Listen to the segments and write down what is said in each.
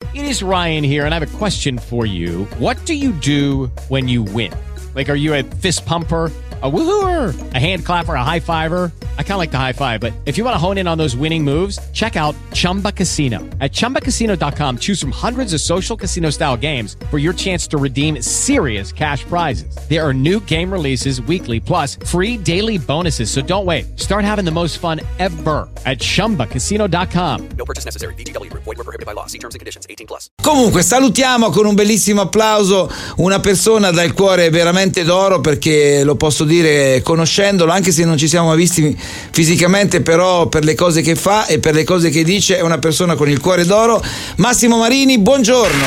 It is Ryan here, and I have a question for you. What do you do when you win? Like, are you a fist pumper, a woohooer, a hand clapper, a high fiver? I kind of like the high five, but if you want to hone in on those winning moves, check out Chumba Casino. At ChumbaCasino.com, choose from hundreds of social casino style games for your chance to redeem serious cash prizes. There are new game releases weekly, plus free daily bonuses. So don't wait. Start having the most fun ever at ChumbaCasino.com. No purchase necessary. VGW Group. Void where prohibited by law. See terms and conditions. 18+. Comunque salutiamo con un bellissimo applauso una persona dal cuore veramente d'oro, perché lo posso dire conoscendolo, anche se non ci siamo mai visti fisicamente, però per le cose che fa e per le cose che dice è una persona con il cuore d'oro. Massimo Marini, buongiorno.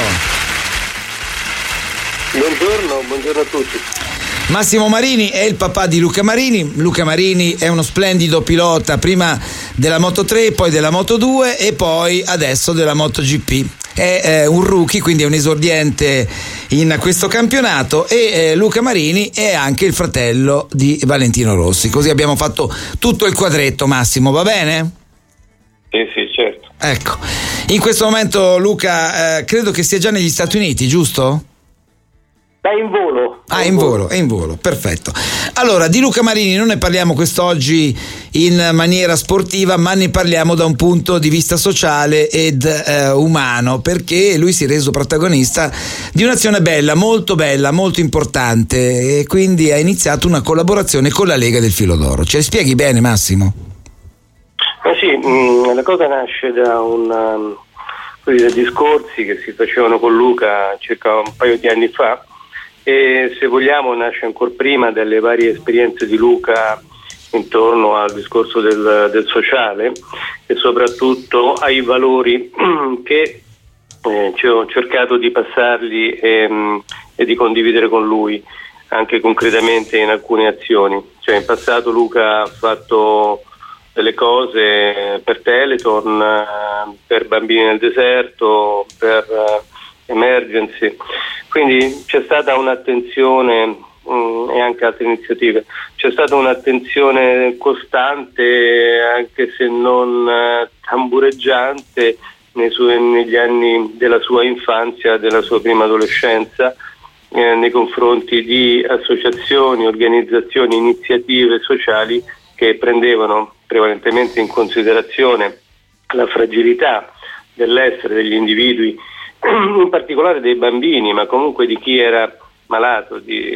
Buongiorno a tutti. Massimo Marini è il papà di Luca Marini. Luca Marini è uno splendido pilota, prima della Moto3, poi della Moto2 e poi adesso della MotoGP. È un rookie, quindi è un esordiente in questo campionato, e Luca Marini è anche il fratello di Valentino Rossi. Così abbiamo fatto tutto il quadretto. Massimo, va bene? Sì, certo. Ecco, in questo momento Luca credo che sia già negli Stati Uniti, giusto? È in volo. È in volo, perfetto. Allora, di Luca Marini non ne parliamo quest'oggi in maniera sportiva, ma ne parliamo da un punto di vista sociale ed umano, perché lui si è reso protagonista di un'azione bella, molto importante, e quindi ha iniziato una collaborazione con la Lega del Filo d'Oro. Ce le spieghi bene, Massimo? Sì, la cosa nasce da dai discorsi che si facevano con Luca circa un paio di anni fa, e se vogliamo nasce ancora prima delle varie esperienze di Luca intorno al discorso del sociale e soprattutto ai valori che ho cercato di passargli e di condividere con lui anche concretamente in alcune azioni. Cioè, in passato Luca ha fatto delle cose per Telethon, per bambini nel deserto, per emergency, quindi c'è stata un'attenzione e anche altre iniziative, c'è stata un'attenzione costante, anche se non tambureggiante, negli anni della sua infanzia, della sua prima adolescenza, nei confronti di associazioni, organizzazioni, iniziative sociali che prendevano prevalentemente in considerazione la fragilità dell'essere degli individui, in particolare dei bambini, ma comunque di chi era malato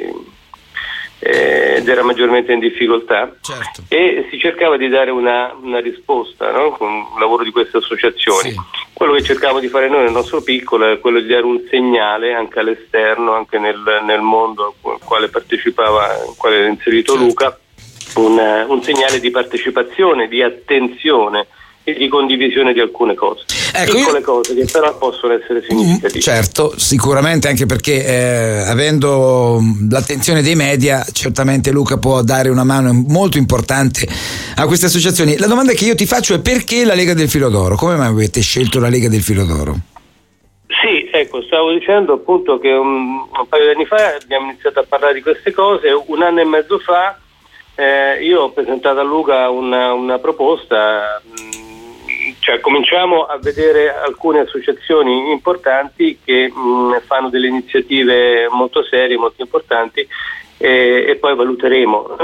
ed era maggiormente in difficoltà. Certo. E si cercava di dare una risposta, no? Con il lavoro di queste associazioni. Sì. Quello che cercavamo di fare noi nel nostro piccolo è quello di dare un segnale anche all'esterno, anche nel mondo al quale partecipava, al quale era inserito certo. Luca, un segnale di partecipazione, di attenzione e di condivisione di alcune cose, piccole cose che però possono essere significative. Certo, sicuramente, anche perché avendo l'attenzione dei media, certamente Luca può dare una mano molto importante a queste associazioni. La domanda che io ti faccio è: perché la Lega del Filo d'Oro? Come mai avete scelto la Lega del Filo d'Oro? Sì, ecco, stavo dicendo appunto che un paio di anni fa abbiamo iniziato a parlare di queste cose. Un anno e mezzo fa io ho presentato a Luca una proposta. Cioè, cominciamo a vedere alcune associazioni importanti che fanno delle iniziative molto serie, molto importanti, e poi valuteremo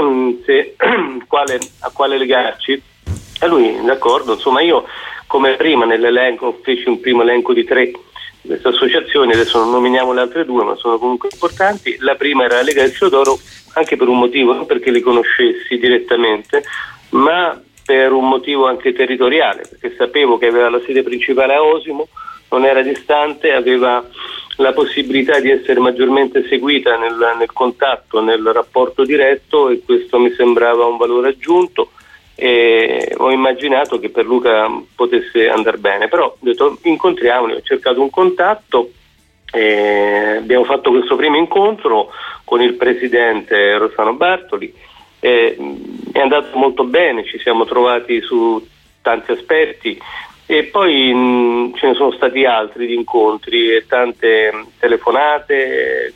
a quale legarci. E lui, d'accordo, insomma, io come prima nell'elenco feci un primo elenco di 3 di queste associazioni, adesso non nominiamo le altre 2, ma sono comunque importanti. La prima era la Lega del Filo d'Oro, anche per un motivo, non perché li conoscessi direttamente, ma per un motivo anche territoriale, perché sapevo che aveva la sede principale a Osimo, non era distante, aveva la possibilità di essere maggiormente seguita nel contatto, nel rapporto diretto, e questo mi sembrava un valore aggiunto, e ho immaginato che per Luca potesse andare bene. Però ho detto incontriamoli, ho cercato un contatto e abbiamo fatto questo primo incontro con il presidente Rossano Bartoli. È andato molto bene, ci siamo trovati su tanti aspetti, e poi ce ne sono stati altri di incontri e tante telefonate,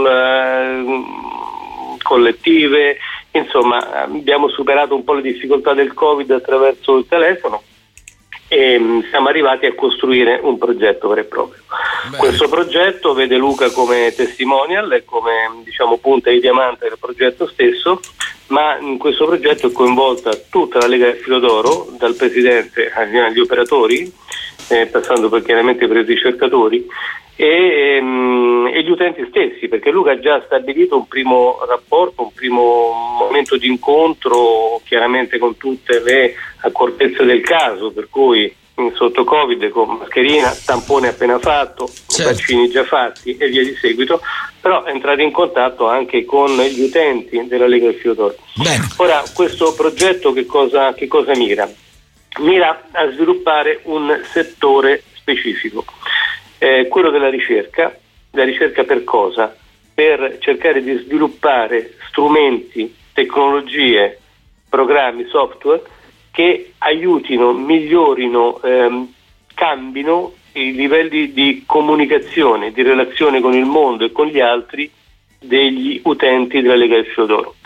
collettive, insomma abbiamo superato un po' le difficoltà del Covid attraverso il telefono, e siamo arrivati a costruire un progetto vero e proprio. Bene. Questo progetto vede Luca come testimonial e come, diciamo, punta di diamante del progetto stesso, ma in questo progetto è coinvolta tutta la Lega del Filo d'Oro, dal presidente agli operatori, passando poi chiaramente per i ricercatori e gli utenti stessi, perché Luca ha già stabilito un primo rapporto, un primo momento di incontro, chiaramente con tutte le accortezze del caso, per cui sotto Covid con mascherina, tampone appena fatto, certo, vaccini già fatti e via di seguito, però è entrato in contatto anche con gli utenti della Lega del Filo d'Oro. Ora, questo progetto che cosa mira? Mira a sviluppare un settore specifico, quello della ricerca. La ricerca per cosa? Per cercare di sviluppare strumenti, tecnologie, programmi, software che aiutino, migliorino, cambino i livelli di comunicazione, di relazione con il mondo e con gli altri degli utenti della Lega del Filo d'Oro.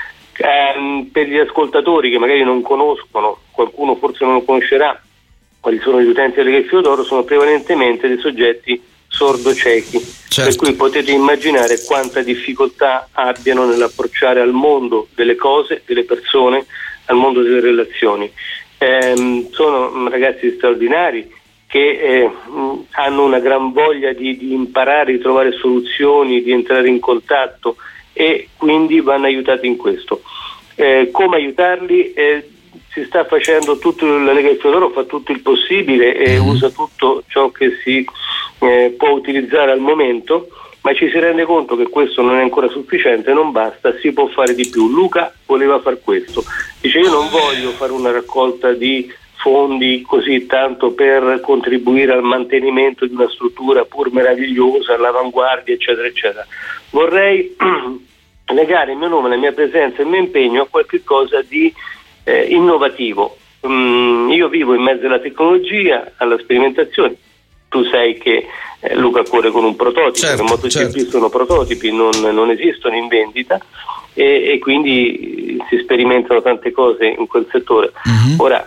Per gli ascoltatori che magari non conoscono, qualcuno forse non lo conoscerà, quali sono gli utenti della Lega del Filo d'Oro, sono prevalentemente dei soggetti sordo-ciechi, certo, per cui potete immaginare quanta difficoltà abbiano nell'approcciare al mondo delle cose, delle persone, al mondo delle relazioni. Sono ragazzi straordinari che hanno una gran voglia di imparare, di trovare soluzioni, di entrare in contatto e quindi vanno aiutati in questo. Come aiutarli? Si sta facendo tutto, la Lega del Filo d'Oro fa tutto il possibile e usa tutto ciò che si può utilizzare al momento, ma ci si rende conto che questo non è ancora sufficiente, non basta, si può fare di più. Luca voleva far questo, dice: io non voglio fare una raccolta di fondi così tanto per contribuire al mantenimento di una struttura pur meravigliosa, all'avanguardia, eccetera eccetera, vorrei legare il mio nome, la mia presenza, il mio impegno a qualche cosa di innovativo. Io vivo in mezzo alla tecnologia, alla sperimentazione. Tu sai che Luca corre con un prototipo, certo, le MotoGP, certo, sono prototipi, non esistono in vendita e quindi si sperimentano tante cose in quel settore. Ora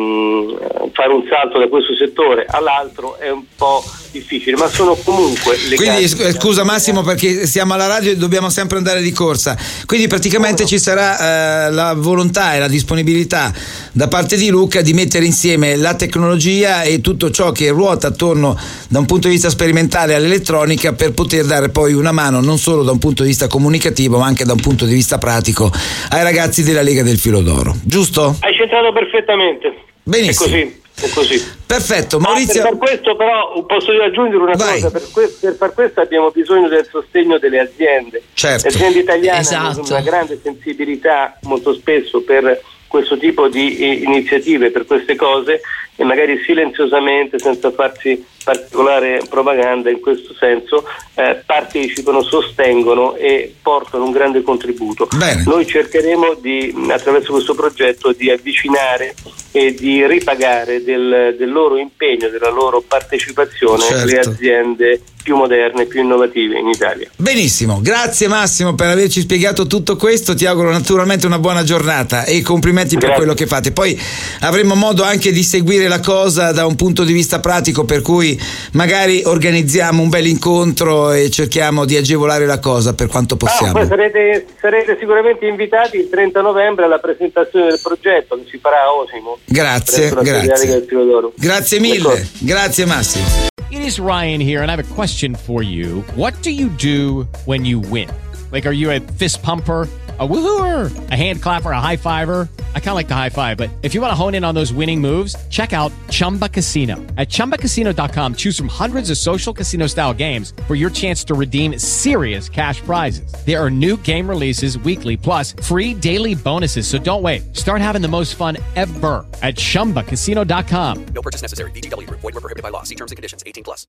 fare un salto da questo settore all'altro è un po' difficile, ma sono comunque legati. Quindi scusa Massimo, perché siamo alla radio e dobbiamo sempre andare di corsa, quindi praticamente ci sarà la volontà e la disponibilità da parte di Luca di mettere insieme la tecnologia e tutto ciò che ruota attorno da un punto di vista sperimentale all'elettronica, per poter dare poi una mano non solo da un punto di vista comunicativo ma anche da un punto di vista pratico ai ragazzi della Lega del Filo d'Oro, giusto? Hai centrato perfettamente. Benissimo. È così. Perfetto, Maurizio. Per questo però posso aggiungere una cosa, per far questo abbiamo bisogno del sostegno delle aziende. Certo. Le aziende italiane, esatto, hanno una grande sensibilità molto spesso per questo tipo di iniziative, per queste cose, e magari silenziosamente, senza farsi particolare propaganda in questo senso, partecipano, sostengono e portano un grande contributo. Bene. Noi cercheremo di, attraverso questo progetto, di avvicinare e di ripagare del loro impegno, della loro partecipazione, certo, le aziende più moderne, più innovative in Italia. Benissimo, grazie Massimo per averci spiegato tutto questo, ti auguro naturalmente una buona giornata e complimenti per quello che fate. Poi avremo modo anche di seguire la cosa da un punto di vista pratico, per cui magari organizziamo un bel incontro e cerchiamo di agevolare la cosa per quanto possiamo. Poi sarete sicuramente invitati il 30 novembre alla presentazione del progetto che si farà a Osimo. Grazie Grazie mille, grazie Massimo. It is Ryan here, and I have a question for you. What do you do when you win? Like, are you a fist pumper, a woohooer, a hand clapper, a high fiver? I kind of like the high five, but if you want to hone in on those winning moves, check out Chumba Casino. At ChumbaCasino.com, choose from hundreds of social casino-style games for your chance to redeem serious cash prizes. There are new game releases weekly, plus free daily bonuses, so don't wait. Start having the most fun ever at ChumbaCasino.com. No purchase necessary. VGW Group. Void where prohibited by law. See terms and conditions. 18+.